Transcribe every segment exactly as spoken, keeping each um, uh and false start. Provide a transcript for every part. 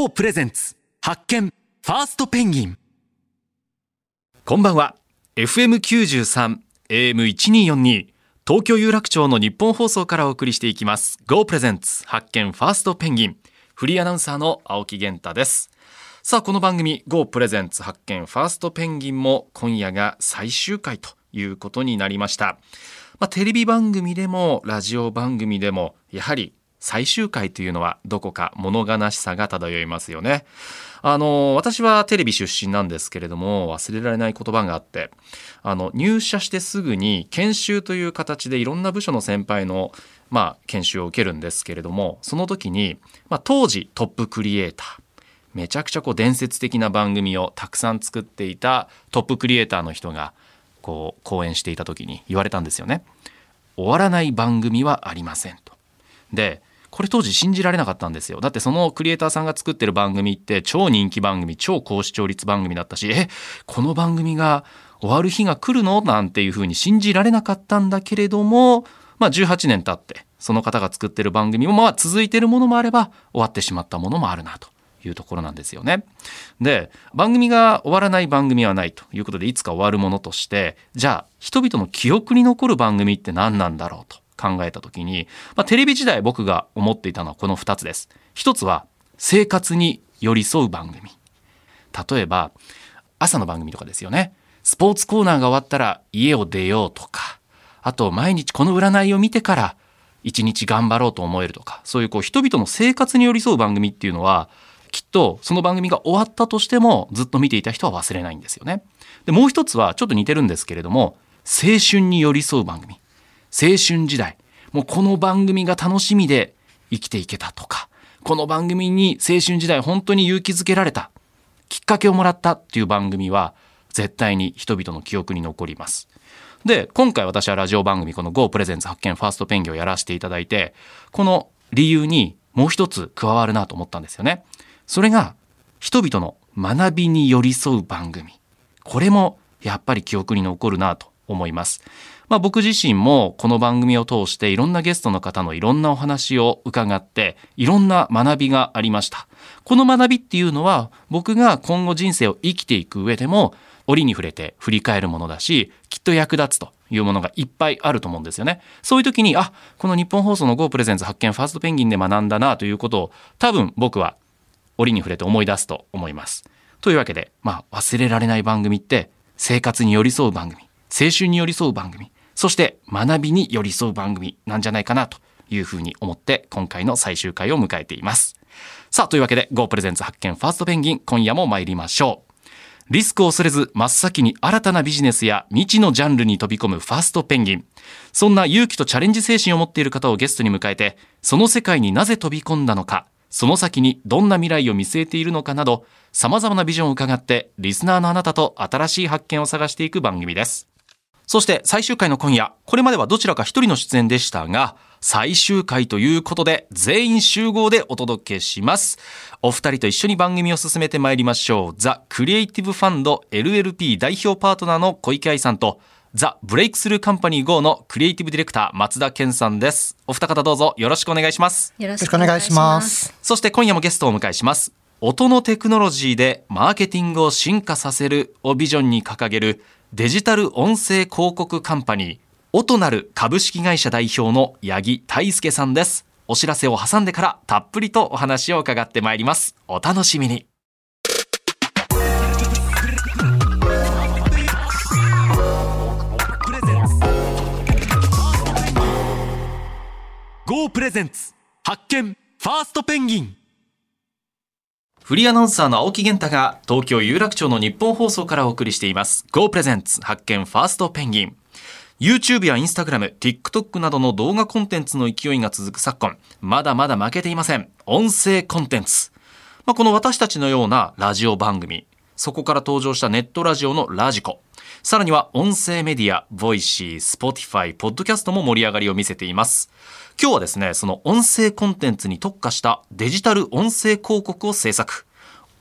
Go プレゼンツ発見ファーストペンギン。こんばんは。 エフエムきゅうじゅうさん エーエムせんにひゃくよんじゅうに 東京有楽町の日本放送からお送りしていきます Go プレゼンツ発見ファーストペンギン。フリーアナウンサーの青木源太です。さあ、この番組 Go プレゼンツ発見ファーストペンギンも今夜が最終回ということになりました。まあ、テレビ番組でもラジオ番組でもやはり最終回というのはどこか物悲しさが漂いますよね。あの私はテレビ出身なんですけれども、忘れられない言葉があって、あの入社してすぐに研修という形でいろんな部署の先輩の、まあ、研修を受けるんですけれども、その時に、まあ、当時トップクリエイター、めちゃくちゃこう伝説的な番組をたくさん作っていたトップクリエイターの人がこう講演していた時に言われたんですよね。終わらない番組はありませんと。でこれ当時信じられなかったんですよ。だってそのクリエイターさんが作ってる番組って超人気番組、超高視聴率番組だったし、えこの番組が終わる日が来るのなんていうふうに信じられなかったんだけれども、まあ、じゅうはちねん経ってその方が作ってる番組もまあ続いてるものもあれば終わってしまったものもあるなというところなんですよね。で番組が終わらない番組はないということで、いつか終わるものとして、じゃあ人々の記憶に残る番組って何なんだろうと考えた時に、まあ、テレビ時代僕が思っていたのはこのふたつです。一つは生活に寄り添う番組。例えば朝の番組とかですよね。スポーツコーナーが終わったら家を出ようとか、あと毎日この占いを見てから一日頑張ろうと思えるとか、そういうこう人々の生活に寄り添う番組っていうのは、きっとその番組が終わったとしてもずっと見ていた人は忘れないんですよね。でもう一つはちょっと似てるんですけれども、青春に寄り添う番組。青春時代、もうこの番組が楽しみで生きていけたとか、この番組に青春時代本当に勇気づけられた、きっかけをもらったっていう番組は絶対に人々の記憶に残ります。で今回私はラジオ番組この Go プレゼンツ発見ファーストペンギンをやらせていただいて、この理由にもう一つ加わるなと思ったんですよね。それが人々の学びに寄り添う番組。これもやっぱり記憶に残るなと思います。まあ、僕自身もこの番組を通していろんなゲストの方のいろんなお話を伺っていろんな学びがありました。この学びっていうのは僕が今後人生を生きていく上でも折に触れて振り返るものだし、きっと役立つというものがいっぱいあると思うんですよね。そういう時にあこの日本放送の Go プレゼンツ発見ファーストペンギンで学んだなということを多分僕は折に触れて思い出すと思います。というわけで、まあ、忘れられない番組って生活に寄り添う番組、青春に寄り添う番組、そして学びに寄り添う番組なんじゃないかなというふうに思って今回の最終回を迎えています。さあ、というわけで Go プレゼンツ発見ファーストペンギン、今夜も参りましょう。リスクを恐れず真っ先に新たなビジネスや未知のジャンルに飛び込むファーストペンギン。そんな勇気とチャレンジ精神を持っている方をゲストに迎えて、その世界になぜ飛び込んだのか、その先にどんな未来を見据えているのかなど、様々なビジョンを伺ってリスナーのあなたと新しい発見を探していく番組です。そして最終回の今夜、これまではどちらか一人の出演でしたが、最終回ということで全員集合でお届けします。お二人と一緒に番組を進めてまいりましょう。ザ・クリエイティブファンド エルエルピー 代表パートナーの小池愛さんと、ザ・ブレイクスルーカンパニー ゴー のクリエイティブディレクター松田健さんです。お二方どうぞよろしくお願いします。 よろしくお願いします。 そして今夜もゲストをお迎えします。音のテクノロジーでマーケティングを進化させるをビジョンに掲げるデジタル音声広告カンパニー音なる株式会社代表の八木大輔さんです。お知らせを挟んでからたっぷりとお話を伺ってまいります。お楽しみに。Go プレゼンツ発見ファーストペンギン。フリーアナウンサーの青木源太が東京有楽町の日本放送からお送りしています Go プレゼンツ発見ファーストペンギン。 YouTube や Instagram、TikTok などの動画コンテンツの勢いが続く昨今、まだまだ負けていません。音声コンテンツ、まあ、この私たちのようなラジオ番組、そこから登場したネットラジオのラジコ、さらには音声メディアボイシー、Spotify、ポッドキャストも盛り上がりを見せています。今日はですね、その音声コンテンツに特化したデジタル音声広告を制作、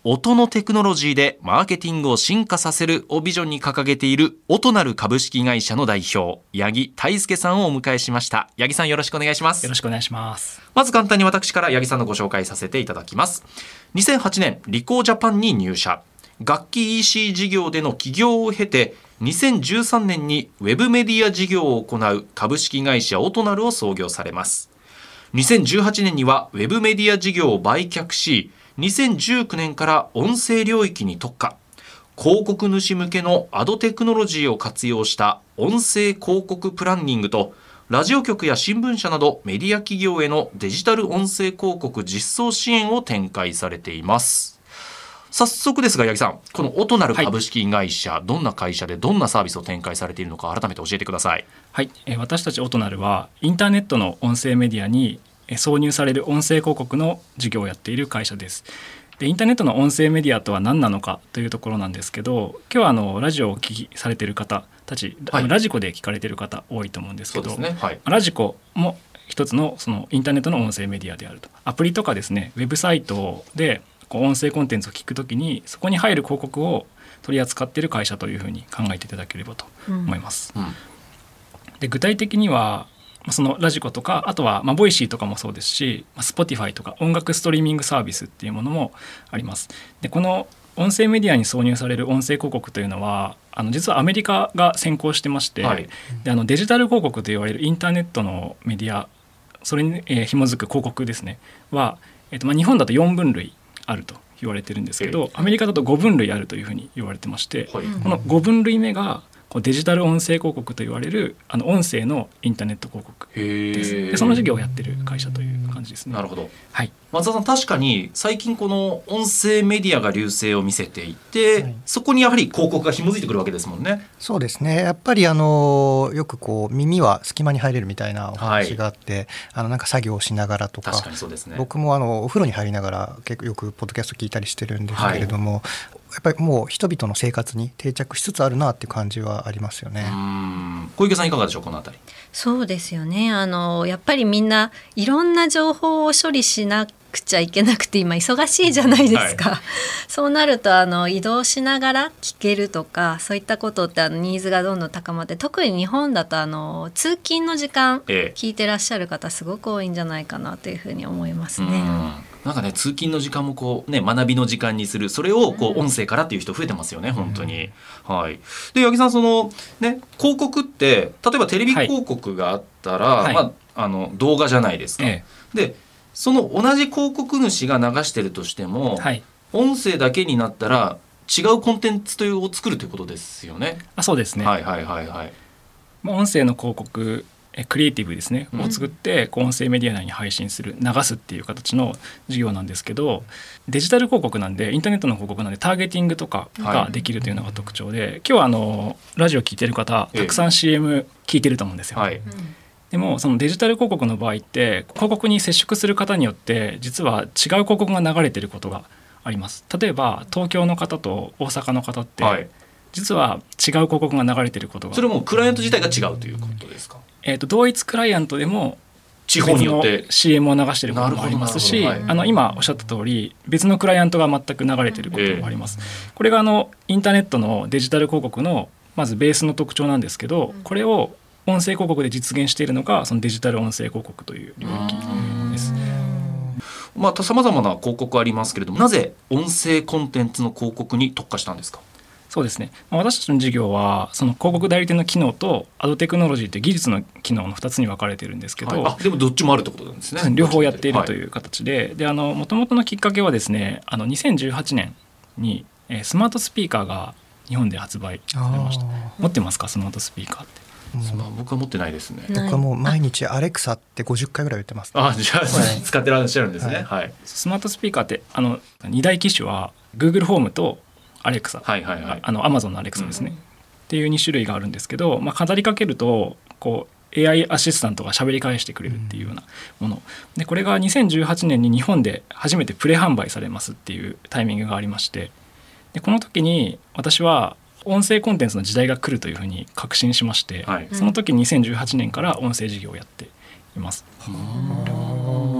音のテクノロジーでマーケティングを進化させるをビジョンに掲げている音なる株式会社の代表、八木大輔さんをお迎えしました。八木さん、よろしくお願いします。 よろしくお願いします。 まず簡単に私から八木さんのご紹介させていただきます。にせんはちねんリコージャパンに入社、楽器 イーシー 事業での起業を経てにせんじゅうさんねんにウェブメディア事業を行う株式会社オトナルを創業されます。にせんじゅうはちねんにはウェブメディア事業を売却し、にせんじゅうきゅうねんから音声領域に特化、広告主向けのアドテクノロジーを活用した音声広告プランニングと、ラジオ局や新聞社などメディア企業へのデジタル音声広告実装支援を展開されています。早速ですが、八木さん、このオトナル株式会社、はい、どんな会社でどんなサービスを展開されているのか改めて教えてください。 はい、えー、私たちオトナルはインターネットの音声メディアに挿入される音声広告の事業をやっている会社です。で、インターネットの音声メディアとは何なのかというところなんですけど、今日はあのラジオを聞きされている方たち、はい、ラジコで聞かれている方多いと思うんですけど、そうですね、はい、ラジコも一つのそのインターネットの音声メディアであると。アプリとかですね、ウェブサイトでこう音声コンテンツを聞くときにそこに入る広告を取り扱っている会社というふうに考えていただければと思います。うんうん、で、具体的にはそのラジコとか、あとはまあボイシーとかもそうですし、Spotify とか音楽ストリーミングサービスっていうものもあります。で、この音声メディアに挿入される音声広告というのはあの実はアメリカが先行してまして、はい、であのデジタル広告といわれるインターネットのメディア、それに、えー、紐づく広告ですねは、えーとまあ、日本だとよんぶん類あると言われてるんですけど、アメリカだとごぶん類あるというふうに言われてまして、はい、このごぶん類目がデジタル音声広告と言われるあの音声のインターネット広告です。で、その事業をやってる会社という感じですね。 なるほど、 はい、 松田さん、確かに最近この音声メディアが隆盛を見せていて、はい、そこにやはり広告が紐づいてくるわけですもんね。 そうですね、やっぱりあのよくこう耳は隙間に入れるみたいなお話があって、はい、あのなんか作業をしながらとか、 確かにそうですね、 僕もあのお風呂に入りながら結構よくポッドキャスト聞いたりしてるんですけれども、はい、やっぱりもう人々の生活に定着しつつあるなっていう感じはありますよね。 うーん、小池さんいかがでしょう、このあたり。 そうですよね、あのやっぱりみんないろんな情報を処理しなくちゃいけなくて今忙しいじゃないですか、はい、そうなるとあの移動しながら聞けるとか、そういったことってあのニーズがどんどん高まって、特に日本だとあの通勤の時間、ええ、聞いてらっしゃる方すごく多いんじゃないかなというふうに思いますね。うんなんかね、通勤の時間もこう、ね、学びの時間にする、それをこう音声からっていう人増えてますよね、うん、本当に、はい、で八木さん、その、ね、広告って例えばテレビ広告があったら、はいまあ、あの動画じゃないですか、ええ、でその同じ広告主が流してるとしても、はい、音声だけになったら違うコンテンツというを作るということですよね。 あ、そうですね、 はいはいはいはい、 音声の広告クリエイティブですね、うん、を作って音声メディア内に配信する、流すっていう形の事業なんですけど、デジタル広告なんで、インターネットの広告なんでターゲティングとかができるというのが特徴で、はい、今日はあのラジオ聞いてる方たくさん シーエム 聞いてると思うんですよ、はい、でもそのデジタル広告の場合って広告に接触する方によって実は違う広告が流れてることがあります。例えば東京の方と大阪の方って、はい、実は違う広告が流れてることが、 それもクライアント自体が違うということですか。 えー、と同一クライアントでも地方によってシーエム を流していることもありますし、はい、あの今おっしゃった通り別のクライアントが全く流れていることもあります、えー、これがあのインターネットのデジタル広告のまずベースの特徴なんですけど、これを音声広告で実現しているのがそのデジタル音声広告という領域です。 まあ、さまざまな広告ありますけれども、なぜ音声コンテンツの広告に特化したんですか。 そうですね、私たちの事業はその広告代理店の機能とアドテクノロジーという技術の機能のふたつに分かれているんですけど、 はい、あでもどっちもあるってことなんですね。 両方やっているという形で、はい、であの元々のきっかけはですね、あのにせんじゅうはちねんに、えー、スマートスピーカーが日本で発売されました。持ってますか、スマートスピーカーって。 うん、僕は持ってないですね。 僕はもう毎日アレクサってごじゅっかいぐらい言ってます、ね、 あじゃあ、はい、使ってらっしゃるんですね、はいはい、 スマートスピーカーってあのに大機種は Google ホームとアレクサ、 はいはいはい、 あの Amazon のアレクサですね、うん、っていうに種類があるんですけど、まあ、語りかけるとこう エーアイ アシスタントが喋り返してくれるっていうようなもので、これがにせんじゅうはちねんに日本で初めてプレ販売されますっていうタイミングがありまして、でこの時に私は音声コンテンツの時代が来るというふうに確信しまして、はい、その時にせんじゅうはちねんから音声事業をやっています。 うんな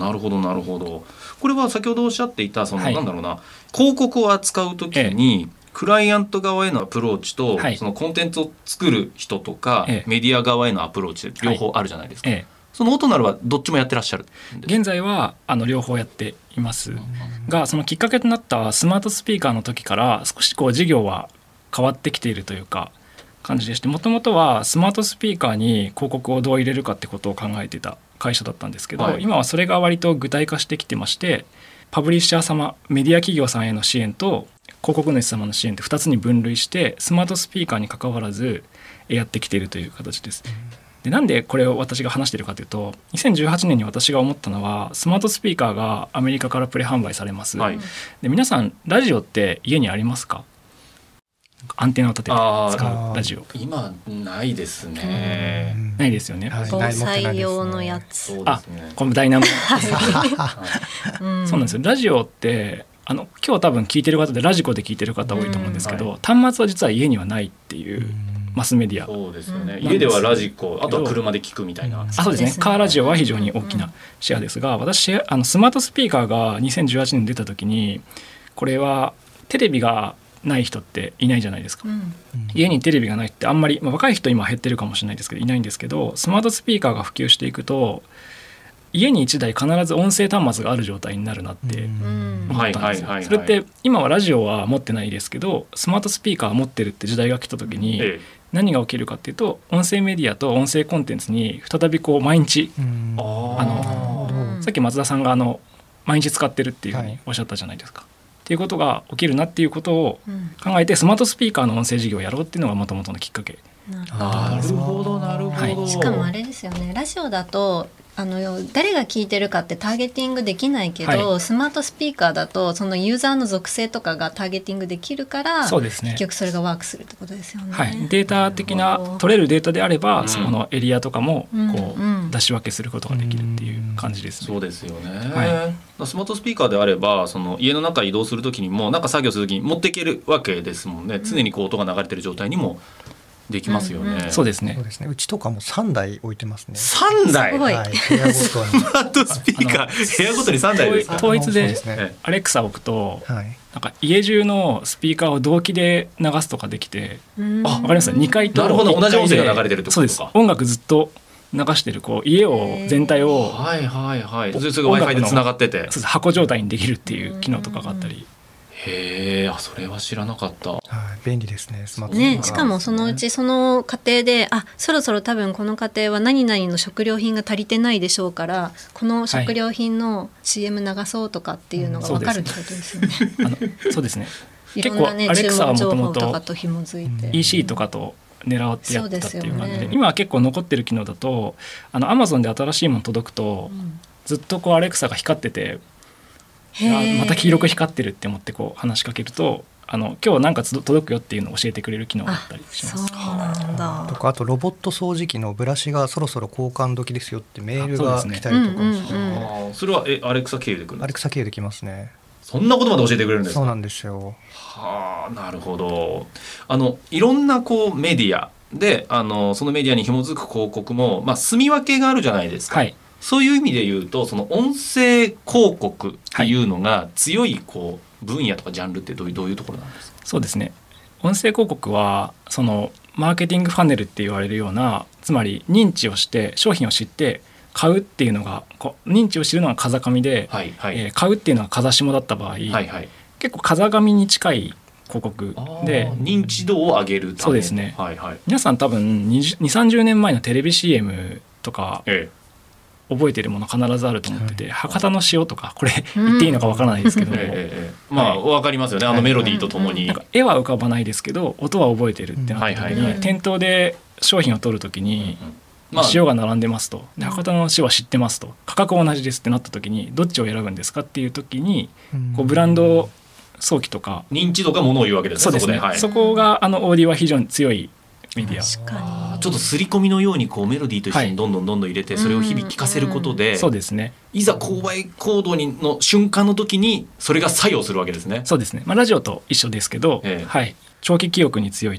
なるほどなるほど。これは先ほどおっしゃっていたその、 はい、 なんだろうな、広告を扱うときに、ええ、クライアント側へのアプローチと、はい、そのコンテンツを作る人とか、ええ、メディア側へのアプローチで両方あるじゃないですか、はい、ええ、そのオトナルはどっちもやってらっしゃるんですか？ 現在はあの両方やっていますが、そのきっかけとなったスマートスピーカーの時から少しこう事業は変わってきているというか感じでして、もともとはスマートスピーカーに広告をどう入れるかってことを考えていた会社だったんですけど、はい、今はそれが割と具体化してきてまして、パブリッシャー様、メディア企業さんへの支援と広告主様の支援ってふたつに分類してスマートスピーカーに関わらずやってきているという形です。で、なんでこれを私が話しているかというと、にせんじゅうはちねんに私が思ったのは、スマートスピーカーがアメリカからプレ販売されます、はい、で皆さんラジオって家にありますか？アンテナを立てて使うラジオ。 今ないですね。 ないですよね。 防災用のやつ。 あ、このダイナモそうなんですよ。ラジオってあの今日多分聞いてる方でラジコで聞いてる方多いと思うんですけど、はい、端末は実は家にはないっていうマスメディア。 そうですよね。家ではラジコ、あとは車で聞くみたいな。 あ、そうですね。カーラジオは非常に大きなシェアですが、私あのスマートスピーカーがにせんじゅうはちねんに出た時に、これはテレビがない人っていないじゃないですか、うん、家にテレビがないってあんまり、まあ、若い人今減ってるかもしれないですけどいないんですけど、スマートスピーカーが普及していくと家にいちだい必ず音声端末がある状態になるなって思ったんですよ。それって今はラジオは持ってないですけど、スマートスピーカーを持ってるって時代が来た時に何が起きるかっていうと、音声メディアと音声コンテンツに再びこう毎日、あのさっき松田さんがあの毎日使ってるっていうふうにおっしゃったじゃないですか、はい、っていうことが起きるなっていうことを考えて、スマートスピーカーの音声事業をやろうっていうのがもともとのきっかけ。 なるほどなるほど、はい、 しかもあれですよね、ラジオだとあの誰が聞いてるかってターゲティングできないけど、はい、スマートスピーカーだとそのユーザーの属性とかがターゲティングできるから、そうですね、結局それがワークするってことですよね、 はい、データ的な取れるデータであれば、うん、そのエリアとかもこう、うん、出し分けすることができるっていう感じですね。 そうですよね、はい、スマートスピーカーであればその家の中移動するときにもなんか作業するときに持っていけるわけですもんね、うん、常にこう音が流れてる状態にもできますよね、うんうん、 そうですね。 そうですね。うちとかもさんだい置いてますね。 さんだい、 すごい、 はい、部屋ごとにスマートスピーカー部屋ごとにさんだいですか。 統一でアレクサ置くと、はい、なんか家中のスピーカーを同期で流すとかできて、あ、わかります。にかいとなるほど、同じ音声が流れてるってことか。 そうです。音楽ずっと流してるこう家を全体をはいはいはい、それが Wi-Fi でつながってて箱状態にできるっていう機能とかがあったり。 へえ、あ、それは知らなかった。はい、 便利ですね、スマートね。しかもそのうちその家庭で、あ、そろそろ多分この家庭は何々の食料品が足りてないでしょうから、この食料品の シーエム 流そうとかっていうのが分かるってことですよね。 そうですね。 いろんなね、注文情報とかと紐づいてイーシー とかと狙ってやってたっていう感じで、今は結構残ってる機能だと、あの Amazon で新しいもの届くと、うん、ずっとこうアレクサが光ってて、また黄色く光ってるって思ってこう話しかけると、あの今日なんか届くよっていうのを教えてくれる機能があったりします。 そうなんだ。 とか、あとロボット掃除機のブラシがそろそろ交換時ですよってメールが来たりとか、 それはえアレクサ経由で来るんですか。 アレクサ経由で来ますね。 そんなことまで教えてくれるんですか。 そうなんですよ。 はあ、なるほど。あのいろんなこうメディアで、あのそのメディアに紐づく広告も、まあ、住み分けがあるじゃないですか、はい、そういう意味で言うと、その音声広告っていうのが強いこう分野とかジャンルってどういう、どういうところなんですか。 そうですね、音声広告はそのマーケティングファネルって言われるような、つまり認知をして商品を知って買うっていうのが、こう認知を知るのが風上で、はいはい、えー、買うっていうのが風下だった場合、はいはい、結構風上に近い広告で、 認知度を上げるため。 そうですね、はいはい、皆さん多分にじゅう、さんじゅうねんまえのテレビ シーエム とか、ええ、覚えてるもの必ずあると思ってて、はい、博多の塩とか、これ言っていいのかわからないですけど、 えー、まあ分かりますよね、あのメロディーとともに、 なんか絵は浮かばないですけど音は覚えてるってなった時に、店頭で商品を取る時に、まあ、塩が並んでますと、で博多の塩は知ってますと、価格は同じですってなった時にどっちを選ぶんですかっていう時に、こうブランド早期とか認知度がものを言うわけですね。 そうですね、そこで、はい、そこがあのオーディは非常に強いメディア。 確かにちょっと刷り込みのようにこうメロディーと一緒にどんどんどんどん入れて、それを日々聞かせることで、 そうですね、 いざ購買行動にの瞬間の時にそれが作用するわけですね。 そうですね、まあ、ラジオと一緒ですけど、ええ、はい、長期記憶に強いとか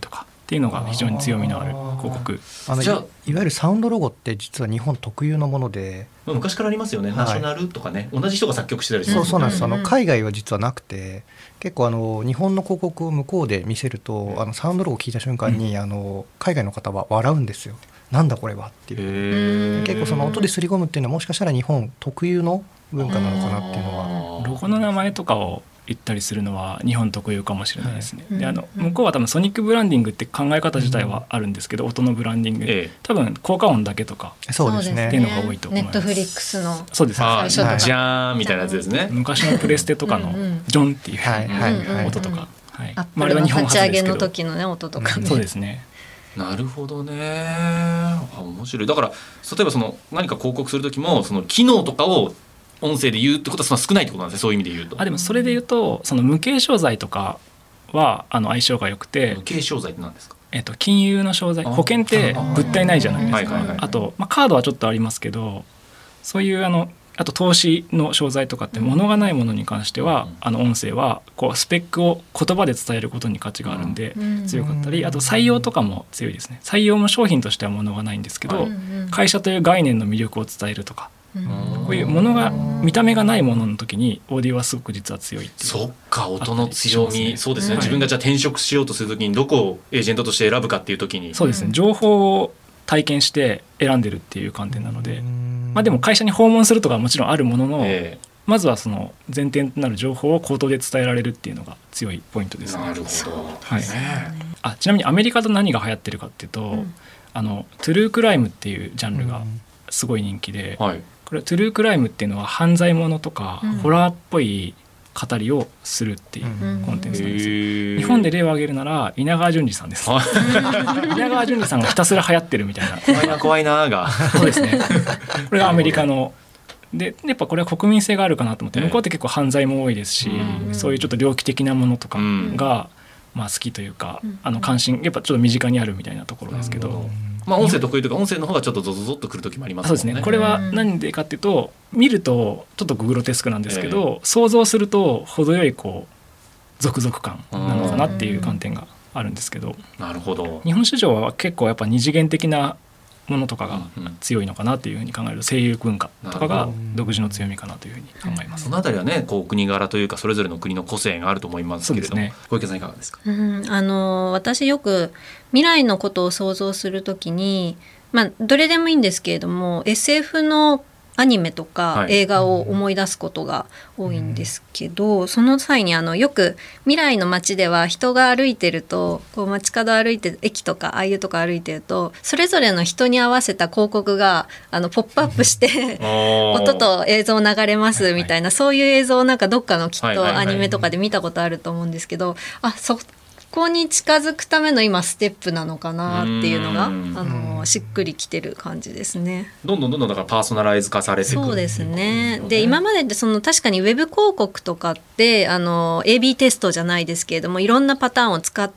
っていうのが非常に強みのある広告。 あのいわゆるサウンドロゴって実は日本特有のもので、 昔からありますよね、はい、ナショナルとかね、同じ人が作曲してたりする、 そうそうなんです。あの海外は実はなくて、結構あの日本の広告を向こうで見せると、あのサウンドロゴを聞いた瞬間に、うん、あの海外の方は笑うんですよ。なんだこれはっていう。結構その音ですり込むっていうのはもしかしたら日本特有の文化なのかなっていうのは。 ロゴの名前とかを言ったりするのは日本特有かもしれないですね、はい、であの向こうは多分ソニックブランディングって考え方自体はあるんですけど、うん、音のブランディング、ええ、多分効果音だけとかそうですねっていうのが多いと思います。 ネットフリックスのそうですね、 最初とかジャーンみたいなやつですね。 昔のプレステとかのジョンっていう音とか、 アップルの立ち上げの時のね音とかね、 そうですね。 なるほどね。あ、面白い。だから例えばその何か広告する時もその機能とかを音声で言うってことはその少ないってことなんですね、そういう意味で言うと。 あ、でもそれで言うとその無形商材とかはあの相性が良くて。 無形商材って何ですか？ えっと、金融の商材、保険って物体ないじゃないですか。あ、 はいはいはい、 あと、まあ、カードはちょっとありますけど、そういうあのあと投資の商材とかって物がないものに関しては、うん、あの音声はこうスペックを言葉で伝えることに価値があるんで強かったり、あと採用とかも強いですね。採用も商品としては物がないんですけど、会社という概念の魅力を伝えるとか、こういうものが見た目がないものの時にオーディオはすごく実は強いっていう。 そっか、音の強み、ね、そうですね、はい、自分がじゃあ転職しようとする時にどこをエージェントとして選ぶかっていう時に、 そうですね、情報を体験して選んでるっていう観点なので、まあ、でも会社に訪問するとかはもちろんあるものの、えー、まずはその前提となる情報を口頭で伝えられるっていうのが強いポイントですね。 なるほど、 はい、あ、ちなみにアメリカと何が流行ってるかっていうと、うん、あのトゥルークライムっていうジャンルがすごい人気で、うん、はい、これトゥルークライムっていうのは犯罪者とか、うん、ホラーっぽい語りをするっていうコンテンツなんですよ、うん、日本で例を挙げるなら稲川淳二さんです。稲川淳二さんがひたすら流行ってるみたいな怖いな怖いながそうですね、これがアメリカので、やっぱこれは国民性があるかなと思って、向こうって結構犯罪も多いですし、うん、そういうちょっと猟奇的なものとかが、うん、まあ、好きというか、うん、あの関心やっぱちょっと身近にあるみたいなところですけど、うん、 まあ、音声得意というか音声の方がちょっとゾゾゾッとくる時もありますもんね。 そうですね。これは何でかっていうと、見るとちょっとグロテスクなんですけど、えー、想像すると程よいこうゾクゾク感なのかなっていう観点があるんですけど、 なるほど。 日本市場は結構やっぱ二次元的なものとかが強いのかなというふうに考えると、声優文化とかが独自の強みかなというふうに考えます。 そのあたりはね、こう国柄というかそれぞれの国の個性があると思いますけれども、ね、小池さんいかがですか？ うん、あの私よく未来のことを想像するときに、まあ、どれでもいいんですけれども エスエフ のアニメとか映画を思い出すことが多いんですけど、はい、その際にあのよく未来の街では人が歩いてると、こう街角歩いて駅とかああいうとこ歩いてると、それぞれの人に合わせた広告があのポップアップして音と映像流れますみたいな、そういう映像をなんかどっかのきっとアニメとかで見たことあると思うんですけど、あ、そここに近づくための今ステップなのかなっていうのがあのしっくりきてる感じですね。 どんどんどんどんだからパーソナライズ化されていく。 そうですね。で、今までってその確かにウェブ広告とかってあの エービー テストじゃないですけれども、いろんなパターンを使って、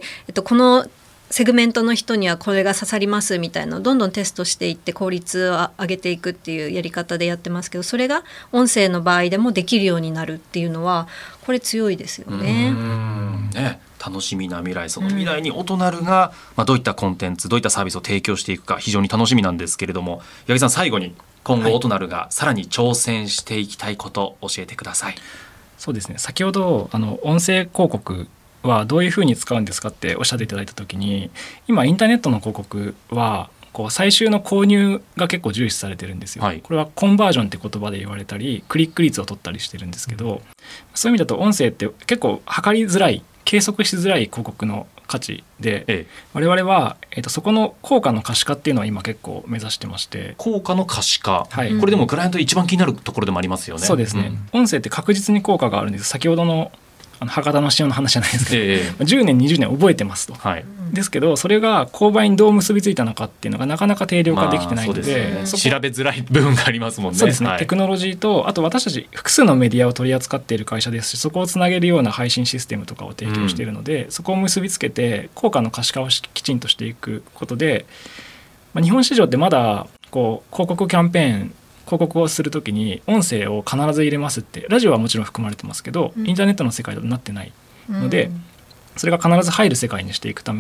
えっと、このセグメントの人にはこれが刺さりますみたいなのをどんどんテストしていって効率を上げていくっていうやり方でやってますけど、それが音声の場合でもできるようになるっていうのはこれ強いですよね。 うんね、楽しみな未来、その未来にオトナルが、まあ、どういったコンテンツどういったサービスを提供していくか非常に楽しみなんですけれども、八木さん最後に今後オトナルがさらに挑戦していきたいこと教えてください。 そうですね、先ほどあの音声広告はどういうふうに使うんですかっておっしゃっていただいた時に、今インターネットの広告はこう最終の購入が結構重視されてるんですよ、はい、これはコンバージョンって言葉で言われたりクリック率を取ったりしてるんですけど、そういう意味だと音声って結構測りづらい計測しづらい広告の価値で、ええ、我々は、えーと、そこの効果の可視化っていうのは今結構目指してまして、 効果の可視化、はい、これでもクライアント一番気になるところでもありますよね。 そうですね、うん、音声って確実に効果があるんです。先ほどのあの博多の塩の話じゃないですけど、ええ、じゅうねんにじゅうねん覚えてますと、はい、ですけどそれが購買にどう結びついたのかっていうのがなかなか定量化できてないので、まあ そうですね、 調べづらい部分がありますもんね。 そうですね、 はい、 テクノロジーとあと私たち複数のメディアを取り扱っている会社ですし、そこをつなげるような配信システムとかを提供しているので、うん、そこを結びつけて効果の可視化をきちんとしていくことで、まあ、日本市場ってまだこう広告キャンペーン広告をするときに音声を必ず入れますって、ラジオはもちろん含まれてますけど、うん、インターネットの世界だとなってないので、うん、それが必ず入る世界にしていくために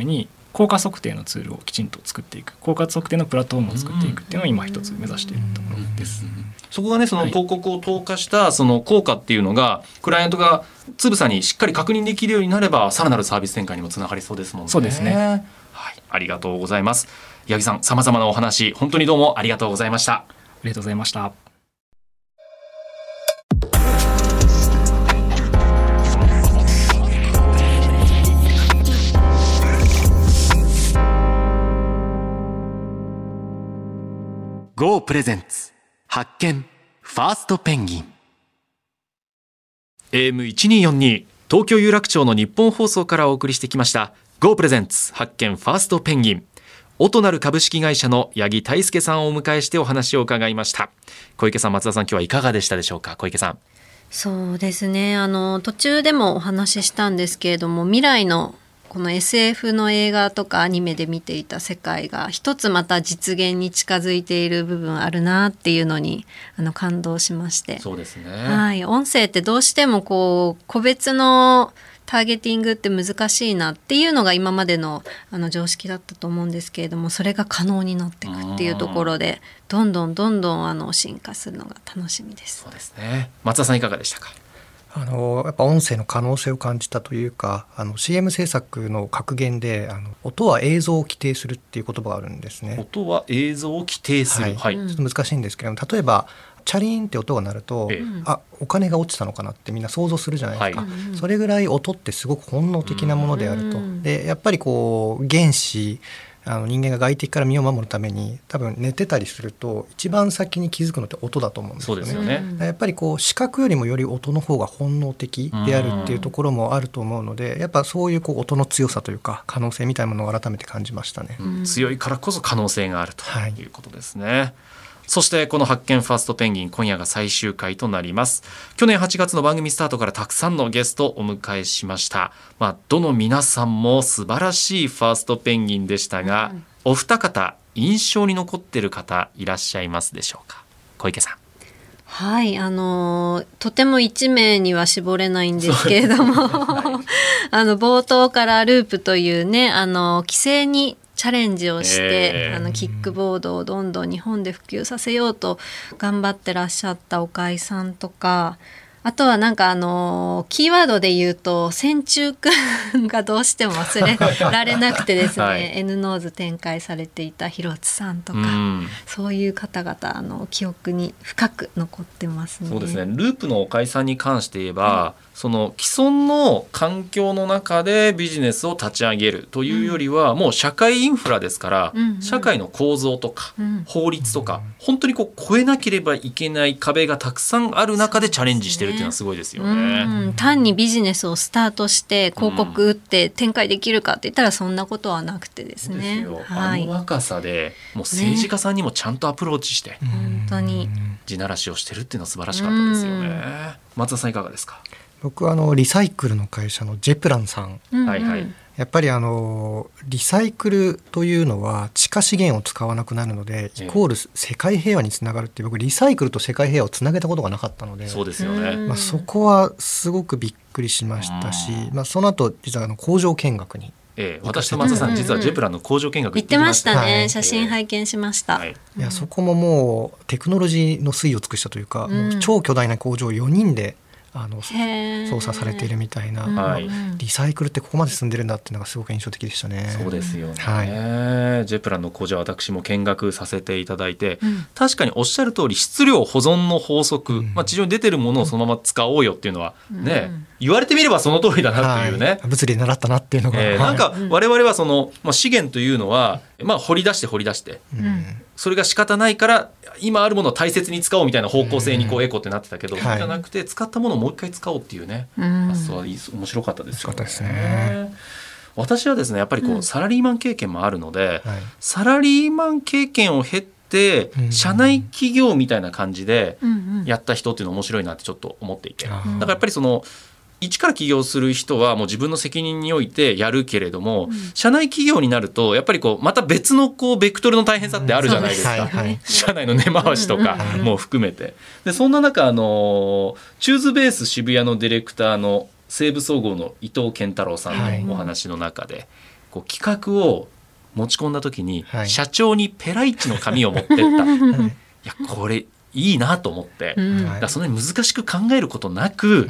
効果測定のツールをきちんと作っていく、効果測定のプラットフォームを作っていくっていうのを今一つ目指しているところです。 そこがね、その広告を投下したその効果っていうのが、クライアントがつぶさにしっかり確認できるようになれば、さらなるサービス展開にもつながりそうですもんね。 そうですね。 はい、ありがとうございます。八木さん、さまざまなお話本当にどうもありがとうございました。 ありがとうございました。 Go プレゼンツ発見ファーストペンギン。 エーエムせんにひゃくよんじゅうに 東京有楽町の日本放送からお送りしてきました Go プレゼンツ発見ファーストペンギン。音なる株式会社の八木大輔さんをお迎えしてお話を伺いました。小池さん、松田さん、今日はいかがでしたでしょうか。小池さん。 そうですね、あの途中でもお話ししたんですけれども、未来のこの エスエフ の映画とかアニメで見ていた世界が一つまた実現に近づいている部分あるなっていうのにあの感動しまして。 そうですね、 はい、音声ってどうしてもこう個別のターゲティングって難しいなっていうのが今までのあの常識だったと思うんですけれども、それが可能になっていくっていうところでどんどんどんどんあの進化するのが楽しみです。 そうですね。松田さん、いかがでしたか。 あのやっぱ音声の可能性を感じたというか、あの シーエム 制作の格言であの音は映像を規定するっていう言葉があるんですね。 音は映像を規定する、 はいはい、ちょっと難しいんですけども、例えばチャリーンって音が鳴ると、ええ、あ、お金が落ちたのかなってみんな想像するじゃないですか、はい、それぐらい音ってすごく本能的なものであると。でやっぱりこう原子あの人間が外敵から身を守るために多分寝てたりすると一番先に気づくのって音だと思うんですよね。 そうですよね。 やっぱりこう視覚よりもより音の方が本能的であるっていうところもあると思うので、やっぱそういうこう音の強さというか可能性みたいなものを改めて感じましたね、 うん、強いからこそ可能性があるということですね、はい。そしてこの発見ファーストペンギン、今夜が最終回となります。去年はちがつの番組スタートからたくさんのゲストをお迎えしました。まあ、どの皆さんも素晴らしいファーストペンギンでしたが、うん、お二方印象に残っている方いらっしゃいますでしょうか。小池さん。 はい、あのとても一名には絞れないんですけれども、はい、あの冒頭からループというね、あの規制にチャレンジをして、えー、あのキックボードをどんどん日本で普及させようと頑張ってらっしゃった岡井さんとか、あとはなんかあのキーワードで言うと線虫くんがどうしても忘れられなくてですね、はい、N ノーズ展開されていた広津さんとか、うん、そういう方々あの記憶に深く残ってますね。 そうですね。ループの岡井さんに関して言えば、うん、その既存の環境の中でビジネスを立ち上げるというよりは、うん、もう社会インフラですから、うんうん、社会の構造とか、うん、法律とか、本当にこう越えなければいけない壁がたくさんある中でチャレンジしてるっていうのはすごいですよね。 うん、単にビジネスをスタートして広告打って展開できるかって言ったらそんなことはなくてですね。 ですよ、はい、あの若さでもう政治家さんにもちゃんとアプローチして、ね、 本当に地ならしをしてるっていうのは素晴らしかったですよね。松田さん、いかがですか。 僕はあのリサイクルの会社のジェプランさん、 うんうん、 やっぱりあのリサイクルというのは地下資源を使わなくなるのでイコール世界平和につながるっていう、僕リサイクルと世界平和をつなげたことがなかったので、 そうですよね、 まあ、そこはすごくびっくりしましたし、まあ、その後実はあの工場見学に、 ええ、私と松田さん、実はジェプランの工場見学行ってましたね、はい、写真拝見しました、 はい、いやそこももうテクノロジーの粋を尽くしたというか、うん、もう超巨大な工場をよにんであの操作されているみたいな、はい、リサイクルってここまで進んでるんだっていうのがすごく印象的でしたね。 そうですよね、 はい、 ジェプランの工場私も見学させていただいて、うん、確かにおっしゃる通り質量保存の法則、うん、まあ、地上に出てるものをそのまま使おうよっていうのはね、うん、言われてみればその通りだなっていうね、はい、 物理で習ったなっていうのが、 えー、なんか我々はその、まあ、資源というのは、まあ、掘り出して掘り出して、うん、それが仕方ないから今あるものを大切に使おうみたいな方向性にこうエコってなってたけど、うん、そうじゃなくて使ったものをもう一回使おうっていうね、うん、発想は面白かったですよね。 面白かったですね。 私はですねやっぱりこう、うん、サラリーマン経験もあるので、はい、サラリーマン経験を経て、うん、社内企業みたいな感じでやった人っていうの面白いなってちょっと思っていて、うん、だからやっぱりその一から起業する人はもう自分の責任においてやるけれども、うん、社内企業になるとやっぱりこうまた別のこうベクトルの大変さってあるじゃないですか、うん、はいはい、社内の根回しとかも含めて、でそんな中あのチューズベース渋谷のディレクターの西武総合の伊藤健太郎さんのお話の中で、はい、 こう企画を持ち込んだ時に、 はい、 社長にペライチの紙を持ってった、はい、いやこれいいなと思って、うん、だからそんなに難しく考えることなく、うん、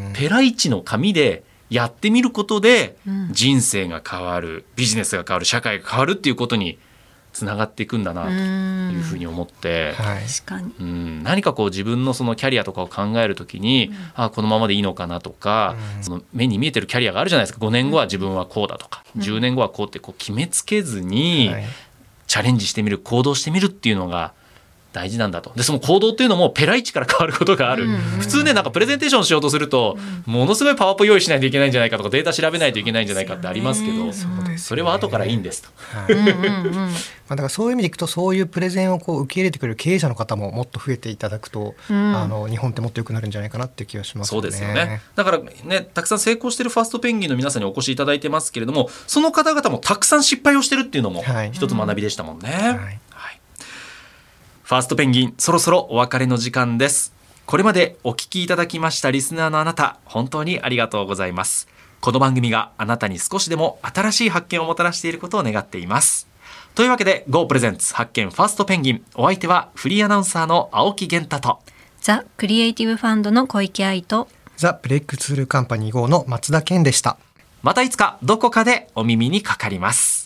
ペライチの紙でやってみることで、うん、人生が変わる、ビジネスが変わる、社会が変わるっていうことにつながっていくんだなというふうに思って、 はい、確かに、 うん、何かこう自分のそのキャリアとかを考えるときに、うん、あこのままでいいのかなとか、うん、その目に見えてるキャリアがあるじゃないですか。ごねんごは自分はこうだとか、うん、じゅうねんごはこうってこう決めつけずに、はい、チャレンジしてみる、行動してみるっていうのが大事なんだと。でその行動っていうのもペライチから変わることがある、うんうん、普通ねなんかプレゼンテーションしようとすると、うん、ものすごいパワーポ用意しないといけないんじゃないかとかデータ調べないといけないんじゃないかってありますけど、 そ, ね、それは後からいいんですと、はいうんうんうんまあ、だからそういう意味でいくとそういうプレゼンをこう受け入れてくれる経営者の方ももっと増えていただくと、うん、あの日本ってもっと良くなるんじゃないかなっていう気がしますね。 そうですよね。だからねたくさん成功しているファーストペンギンの皆さんにお越しいただいてますけれども、その方々もたくさん失敗をしてるっていうのも一つ学びでしたもんね、はいはい、ファーストペンギンそろそろお別れの時間です。これまでお聞きいただきましたリスナーのあなた、本当にありがとうございます。この番組があなたに少しでも新しい発見をもたらしていることを願っています。というわけで Go プレゼンツ発見ファーストペンギン、お相手はフリーアナウンサーの青木源太とザ・クリエイティブファンドの小池愛とザ・ブレイクツールカンパニー ゴー の松田健でした。 またいつかどこかでお耳にかかります。